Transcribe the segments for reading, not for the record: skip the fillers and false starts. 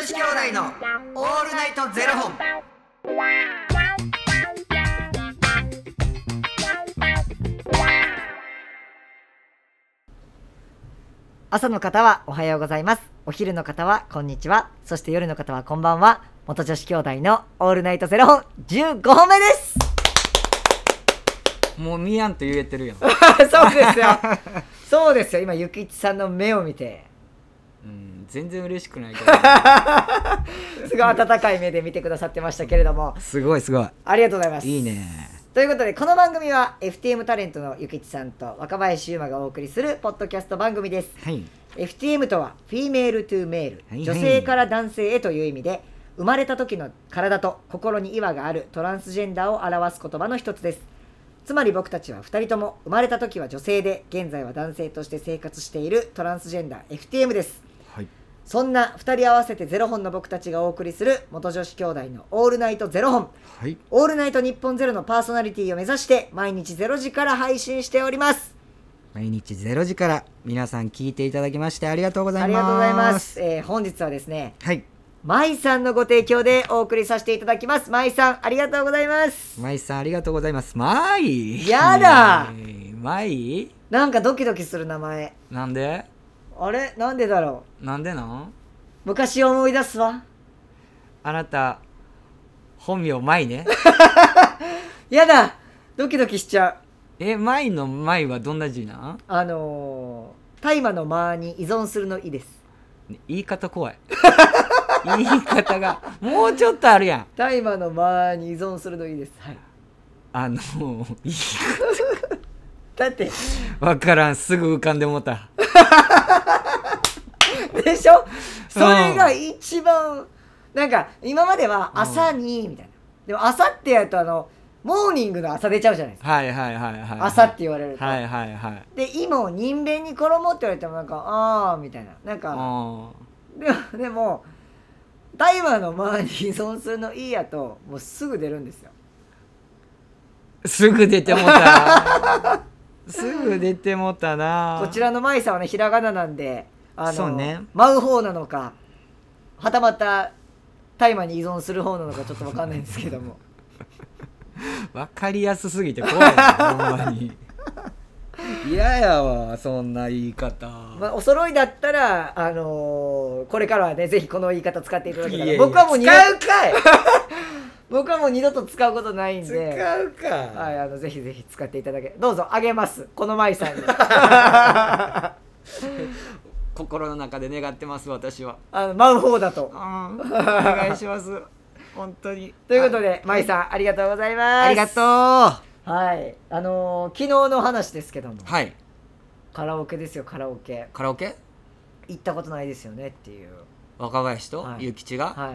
子兄弟のオールナイトゼロ本。 朝の方はおはようございます。お昼の方はこんにちは。そして夜の方はこんばんは。元女子兄弟のオールナイトゼロ本15本目です。 もう見やんと言えてるやんそうですよそうですよ。今ゆきちさんの目を見て全然嬉しくないけどすごい温かい目で見てくださってましたけれども、 すごいすごい、 ありがとうございます。 いいね。 ということで、この番組は FTM タレントのゆきちさんと若林優馬がお送りするポッドキャスト番組です。 はい、 FTM とはフィメールトゥメール、 はいはい、 女性から男性へという意味で、生まれた時の体と心に違和があるトランスジェンダーを表す言葉の一つです。つまり僕たちは2人とも生まれた時は女性で現在は男性として生活しているトランスジェンダー FTM です。 はい、 そんな2人合わせてゼロ本の僕たちがお送りする元女子兄弟のオールナイトゼロ本、 はい、 オールナイト日本ゼロのパーソナリティを目指して毎日0時から配信しております。 毎日0時から皆さん聞いていただきましてありがとうございます。 ありがとうございます。本日はですね、 はい、 まいさんのご提供でお送りさせていただきます。まいさんありがとうございます。 まいさんありがとうございます。まいやだ、 まいなんかドキドキする名前。 なんであれ、なんでだろう。 なんでなん。 昔を思い出すわ。 あなた本名まいねやだ、ドキドキしちゃう。 まいのまいはどんな字なん。 大麻の間に依存するのいいです。 言い方怖い言い方がもうちょっとあるやん。 大麻の間に依存するのいいです。はい。 言いだってわからん、すぐ浮かんでもうたでしょ。それが一番なんか今までは朝にみたいな、でも朝ってやるとモーニングの朝出ちゃうじゃないですか。 はいはいはいはい、 朝って言われると、 はいはいはい、 で今人弁に衣って言われてもなんかあーみたいな、なんかでも大麻の前に依存するのいいやともうすぐ出るんですよ。 すぐ出てもたすぐ出てもたな。 こちらのマイさんはね、ひらがななんでそうね、 舞う方なのかはたまた大麻に依存する方なのかちょっと分かんないんですけども分かりやすすぎて怖いなほんまに嫌やわそんな言い方。 お揃いだったらこれからはねぜひこの言い方使っていただけたら。 僕はもう使うかい僕はもう二度と使うことないんで。 使うか。 はい、ぜひぜひ使っていただけ、どうぞあげます、この舞さんに心の中で願ってます私は。 舞う方だと。 お願いします本当に。 ということで舞さんありがとうございます。 ありがとう。 はい、昨日の話ですけども、 はい、 カラオケですよ。カラオケ行ったことないですよねっていう。 若林とはいゆきちが、 はい、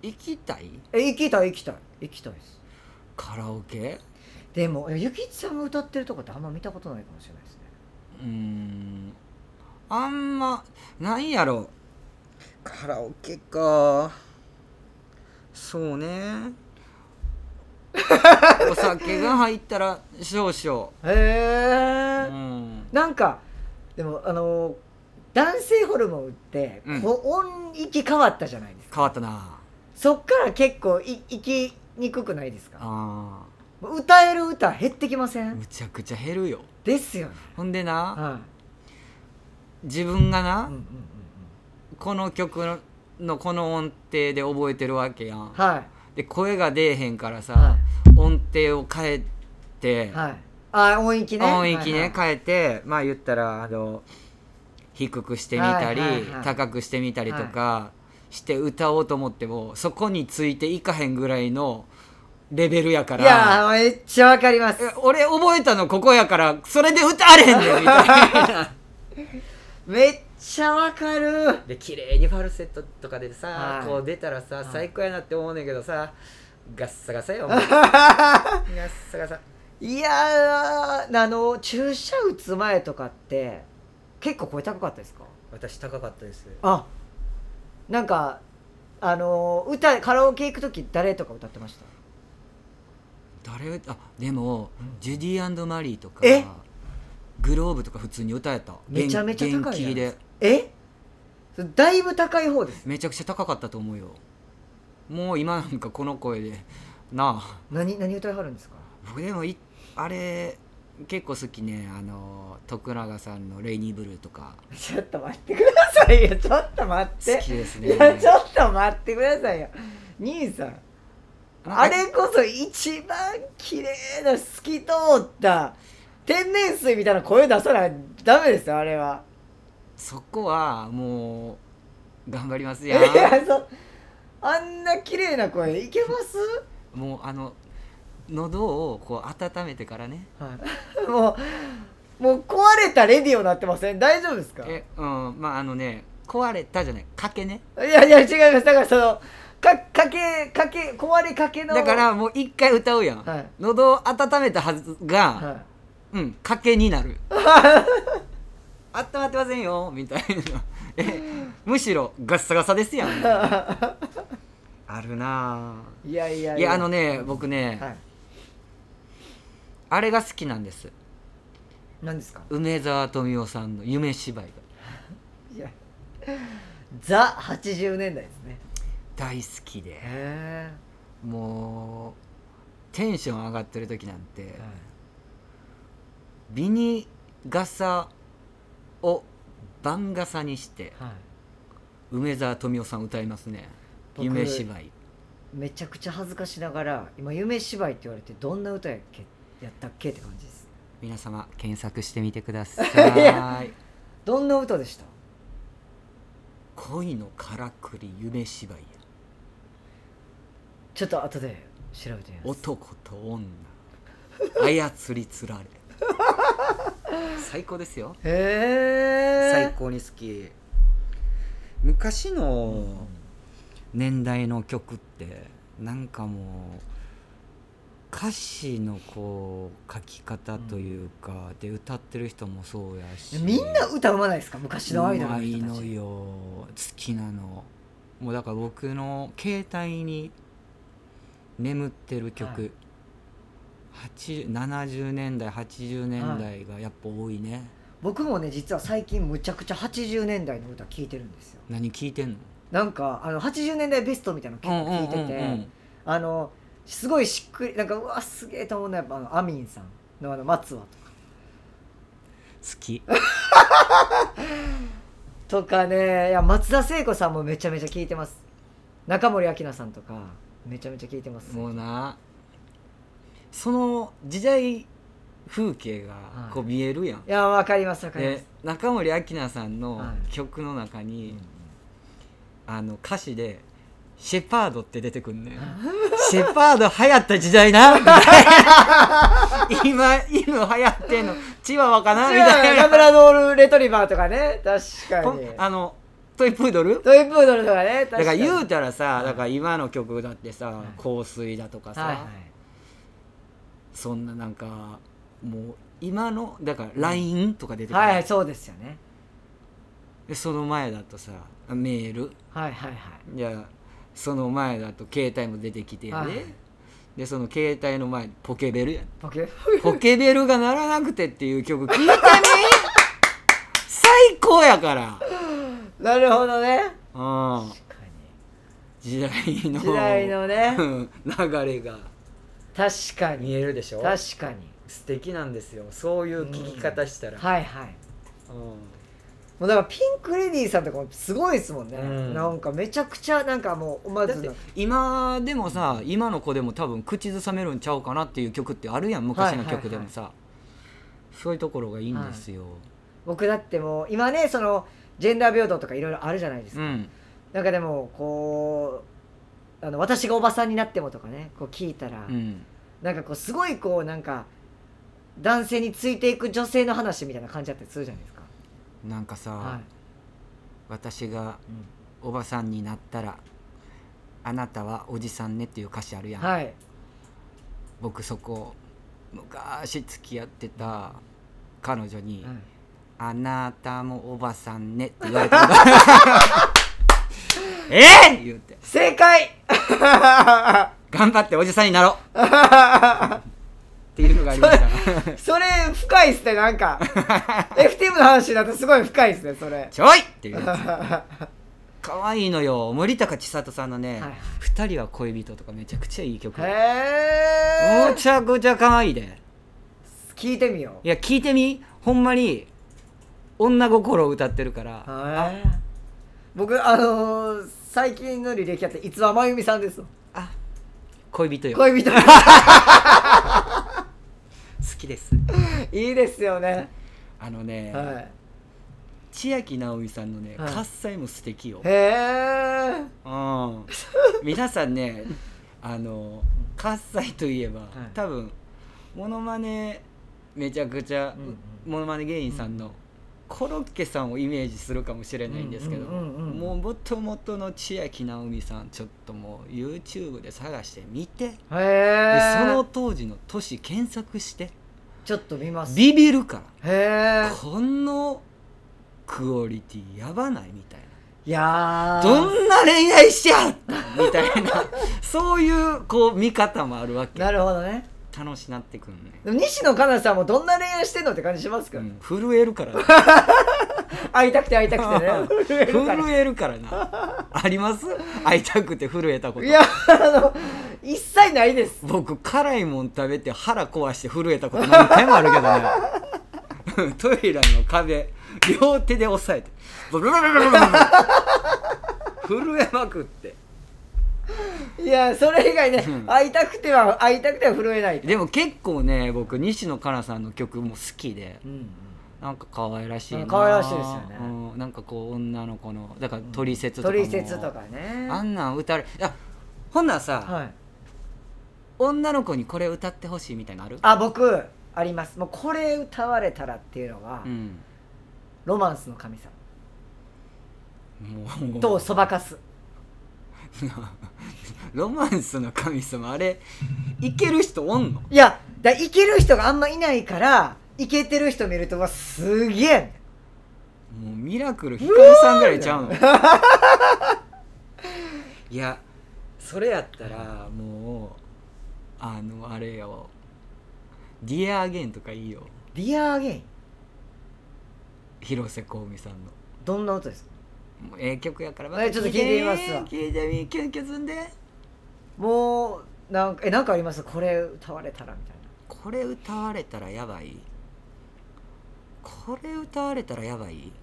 行きたい行きたいですカラオケ。 でもゆきちさんが歌ってるとこってあんま見たことないかもしれないですね。 あんまなんやろ。カラオケか。そうねお酒が入ったら少々。 へえ、なんかでも男性ホルモンって音域変わったじゃないですか。 変わったな。 そっから結構行きにくくないですか。歌える歌減ってきません。 むちゃくちゃ減るよ。 ですよね。 ほんでな、 はい、 自分がな、この曲のこの音程で覚えてるわけやん。 はい、 で声が出えへんからさ、 はい、 音程を変えて、 はい、音域ね、 音域ね、はいはい、変えて、まあ言ったら低くしてみたり、はいはいはい、高くしてみたりとかして歌おうと思ってもそこについていかへんぐらいのレベルやから。 いやめっちゃわかります。 俺覚えたのここやからそれで歌われへんねんみたいなめっちゃわかる。 で綺麗にファルセットとかでさ、 はい、 こう出たらさ、最高やなって思うねんけどさ、ガッサガサよガッサガサ。 いやー、注射打つ前とかって結構声高かったですか。 私高かったです。 なんかカラオケ行く時誰とか歌ってました。 でも、ジュディ&マリーとかグローブとか普通に歌えた。 めちゃめちゃ高いじゃないですか。 それだいぶ高い方です。 めちゃくちゃ高かったと思うよ。もう今なんかこの声でなあ。 何歌いはるんですか？ 僕でもあれ結構好きね。徳永さんのレイニーブルーとか。 ちょっと待ってくださいよ。ちょっと待って。 好きですね。 いやちょっと待ってくださいよ。兄さん、あれこそ一番綺麗な透き通った天然水みたいな声出さないダメですよ、あれは。 そこはもう頑張りますいやん。 やあんな綺麗な声いけます？ もう喉をこう温めてからね。 はい、もう壊れたレディオになってません？大丈夫ですか？ まあ壊れたじゃない、かけね。 いや違います。だからそのかけ壊れかけのだからもう一回歌うやん、 はい、 喉を温めたはずが、 はい、 かけになる温まってませんよみたいなむしろガッサガサですやんあるなぁ。 いや僕ね、 はい、 あれが好きなんです。 何ですか？ 梅沢富美男さんの夢芝居がいやザ80年代ですね。 大好きで、 へもうテンション上がってる時なんて、 はい、 ビニ傘を番傘にして、はい、梅沢富美男さん歌いますね。夢芝居。 めちゃくちゃ恥ずかしながら今夢芝居って言われてどんな歌やったっけって感じです。 皆様検索してみてくださいどんな歌でした？ 恋のからくり夢芝居や。 ちょっと後で調べてみます。 男と女操りつられ最高ですよ。 へー、 最高に好き。昔の年代の曲ってなんかもう歌詞のこう書き方というか、で歌ってる人もそうやし、 みんな歌うまないですか？昔のアイドルの人たち。 うまいのよ、好きなの。もうだから僕の携帯に眠ってる曲、はい、70年代80年代がやっぱ多いね、はい、 僕もね実は最近むちゃくちゃ80年代の歌聴いてるんですよ。 何聴いてんの？ なんか80年代ベストみたいなの結構聴いてて、すごいしっくり、なんかうわすげえと思うのはやっぱアミンさんの松はとか好きとかね。いや松田聖子さんもめちゃめちゃ聴いてます。中森明菜さんとかめちゃめちゃ聴いてます。 もうな、その時代風景がこう見えるやん、 いやわかりますわかります。 中森明菜さんの曲の中に、歌詞でシェパードって出てくんねんシェパード流行った時代なみたいな今犬流行ってんのチワワかなみたいな。 ラブラドールレトリバーとかね。確かにトイプードルとかね。 だから言うたらさ、だから今の曲だってさ、香水だとかさ、はいはい、そんななんかもう今のだから LINE とか出てくる、 はいはい、そうですよね。 でその前だとさメール、 はいはいはい、 いやその前だと携帯も出てきてやで、はい、でその携帯の前ポケベルやん。ポケベルが鳴らなくてっていう曲聞いてみ最高やから。 なるほどね。 確かに時代のね流れが確かに見えるでしょ。 確かに素敵なんですよ、そういう聞き方したら。 はいはい、もうだからピンク・レディーさんとかもすごいですもんね、なんかめちゃくちゃなんかもうまず今でもさ、今の子でも多分口ずさめるんちゃうかなっていう曲ってあるやん、昔の曲でもさ、はいはいはい、そういうところがいいんですよ、はい、 僕だってもう今ねそのジェンダー平等とかいろいろあるじゃないですか、なんかでもこう私がおばさんになってもとかねこう聞いたら、なんかこうすごいこうなんか男性についていく女性の話みたいな感じだったりするじゃないですか。 なんかさ、 はい、 私がおばさんになったら、あなたはおじさんねっていう歌詞あるやん、はい、僕そこ昔付き合ってた彼女に、あなたもおばさんねって言われた言うて正解頑張っておじさんになろうっていうのがありましたそれ深いっすね。なんかFTM の話だとすごい深いっすねそれ。 ちょいっていうやつ可愛いのよ。森高千里さんのね、 はい二人は恋人とかめちゃくちゃいい曲。 へえむちゃくちゃ可愛いで。 聞いてみよう。 いや聞いてみ、ほんまに女心を歌ってるから。 僕最近の履歴やって逸話真由美さんです。 あ、恋人よ。 恋人好きです。 いいですよね。 あのね、 は千秋直美さんのね、 はい喝采も素敵よ。 い、へえうん皆さんね、喝采といえば、多分モノマネめちゃくちゃ、モノマネ芸人さんのコロッケさんをイメージするかもしれないんですけど、もうもともとの千秋直美さんちょっともう YouTube で探してみて、でその当時の年検索してちょっと見ます。 ビビるかへら、このクオリティやばないみたいな、 いやどんな恋愛しちゃったみたいなそういうこう見方もあるわけ。 なるほどね。 楽しなってくるね。 でも西野カナさんもどんな恋愛してんのって感じしますから、 震えるからね会いたくて会いたくてね震えるからな。あります？会いたくて震えたこと。 いや一切ないです。 僕辛いもん食べて腹壊して震えたこと何回もあるけどねトイレの壁両手で押さえてブルルルルルルル震えまくって。 いやそれ以外ね、会いたくては震えない。 でも結構ね、僕西野カナさんの曲も好きで、なんか可愛らしいな。 可愛らしいですよね、 なんかこう女の子のだからトリセツとかも、 トリセツとかね、 あんなん歌われ、ほんならさ、女の子にこれ歌ってほしいみたいなのある？ あ、僕あります。もうこれ歌われたらっていうのは、ロマンスの神様もうとそばかすロマンスの神様、あれいける人おんの？ いやいける人があんまいないから、いけてる人見るとすげえ、 もうミラクルひかるさんぐらいちゃうのいやそれやったらもうあれよ、ディアーゲンとかいいよ。 ディアーゲイン、 広瀬香美さんのどんな音ですか？ もう曲やから、 ちょっと聞いてみますわ。 聞いてみ、キュンキュンすんで。 もうなんかあります？これ歌われたらみたいな。 これ歌われたらやばい。これ歌われたらやばい。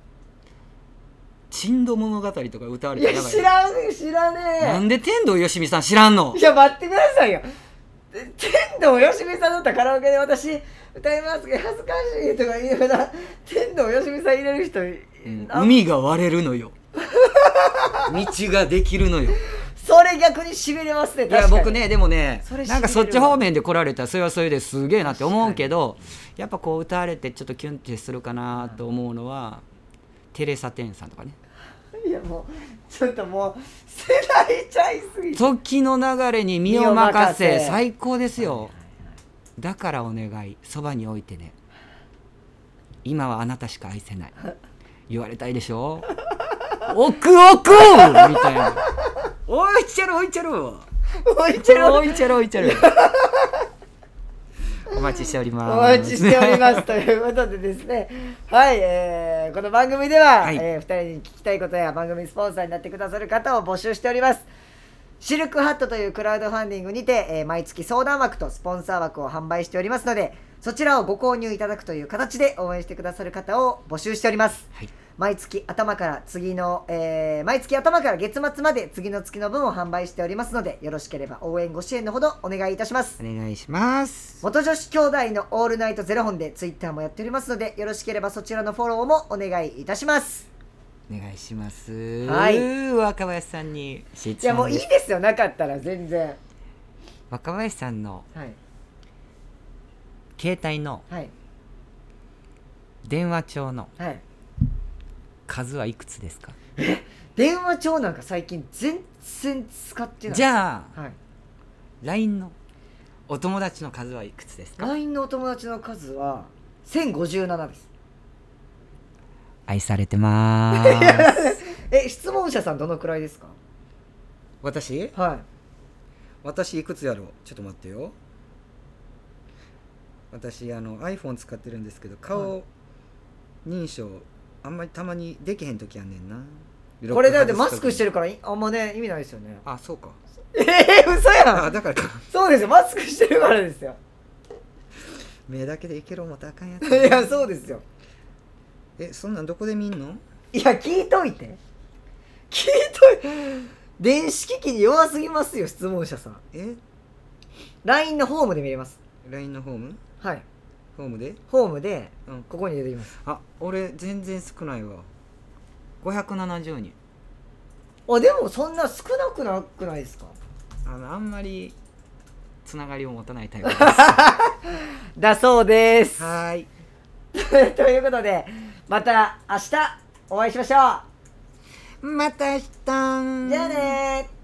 珍島物語とか歌われたらやばい。 知らねえ。 なんで天童よしみさん知らんの？ いや待ってくださいよ。天童よしみさんの歌カラオケで私歌いますけど恥ずかしいとか言いながら天童よしみさん入れる人、 海が割れるのよ道ができるのよ。 それ逆にしびれますね。 いや僕ね、でもね、なんかそっち方面で来られたらそれはそれですげえなって思うけど、やっぱこう歌われてちょっとキュンってするかなと思うのは、テレサ・テンさんとかね。 いやもうちょっともう世代ちゃいすぎて、 時の流れに身を任せ、最高ですよ。だからお願い、そばに置いてね、今はあなたしか愛せない言われたいでしょ置くみたいな置いちゃる置いちゃるお待ちしております。 お待ちしておりますということでですね、はい、この番組では、2人に聞きたいことや番組スポンサーになってくださる方を募集しております。シルクハットというクラウドファンディングにて、毎月相談枠とスポンサー枠を販売しておりますので、そちらをご購入いただくという形で応援してくださる方を募集しております。毎月頭から月末まで次の月の分を販売しておりますので、よろしければ応援ご支援のほどお願いいたします。 お願いします。 元女子兄弟のオールナイトゼロ本でツイッターもやっておりますので、よろしければそちらのフォローもお願いいたします。 お願いします。若林さんに質問です。 いやもういいですよ、なかったら全然。 若林さんの、携帯の、電話帳の、数はいくつですか？ 電話帳なんか最近全然使ってない。 じゃあ、LINE のお友達の数はいくつですか？ LINE のお友達の数は1057です。 愛されてまーす質問者さんどのくらいですか？ 私いくつやろう。ちょっと待ってよ。 私iPhone 使ってるんですけど顔認証あんまりたまにできへん時あんねんな。 これだってマスクしてるからあんまね意味ないですよね。 あ、そうか。 嘘やん。 あ、だからか。 そうですよ、マスクしてるからですよ。 目だけでいける思ったらあかんやつ。 いやそうですよ。 そんなんどこで見んの？ いや聞いといて電子機器に弱すぎますよ質問者さん。LINE のホームで見れます。 LINE のホーム？ はい、 ホームでここに出てきます。 あ、俺全然少ないわ。570人。 あ、でもそんな少なくなくないですか？ あんまりつながりを持たないタイプですだそうです。 はーいということでまた明日お会いしましょう。 また明日。 じゃあねー。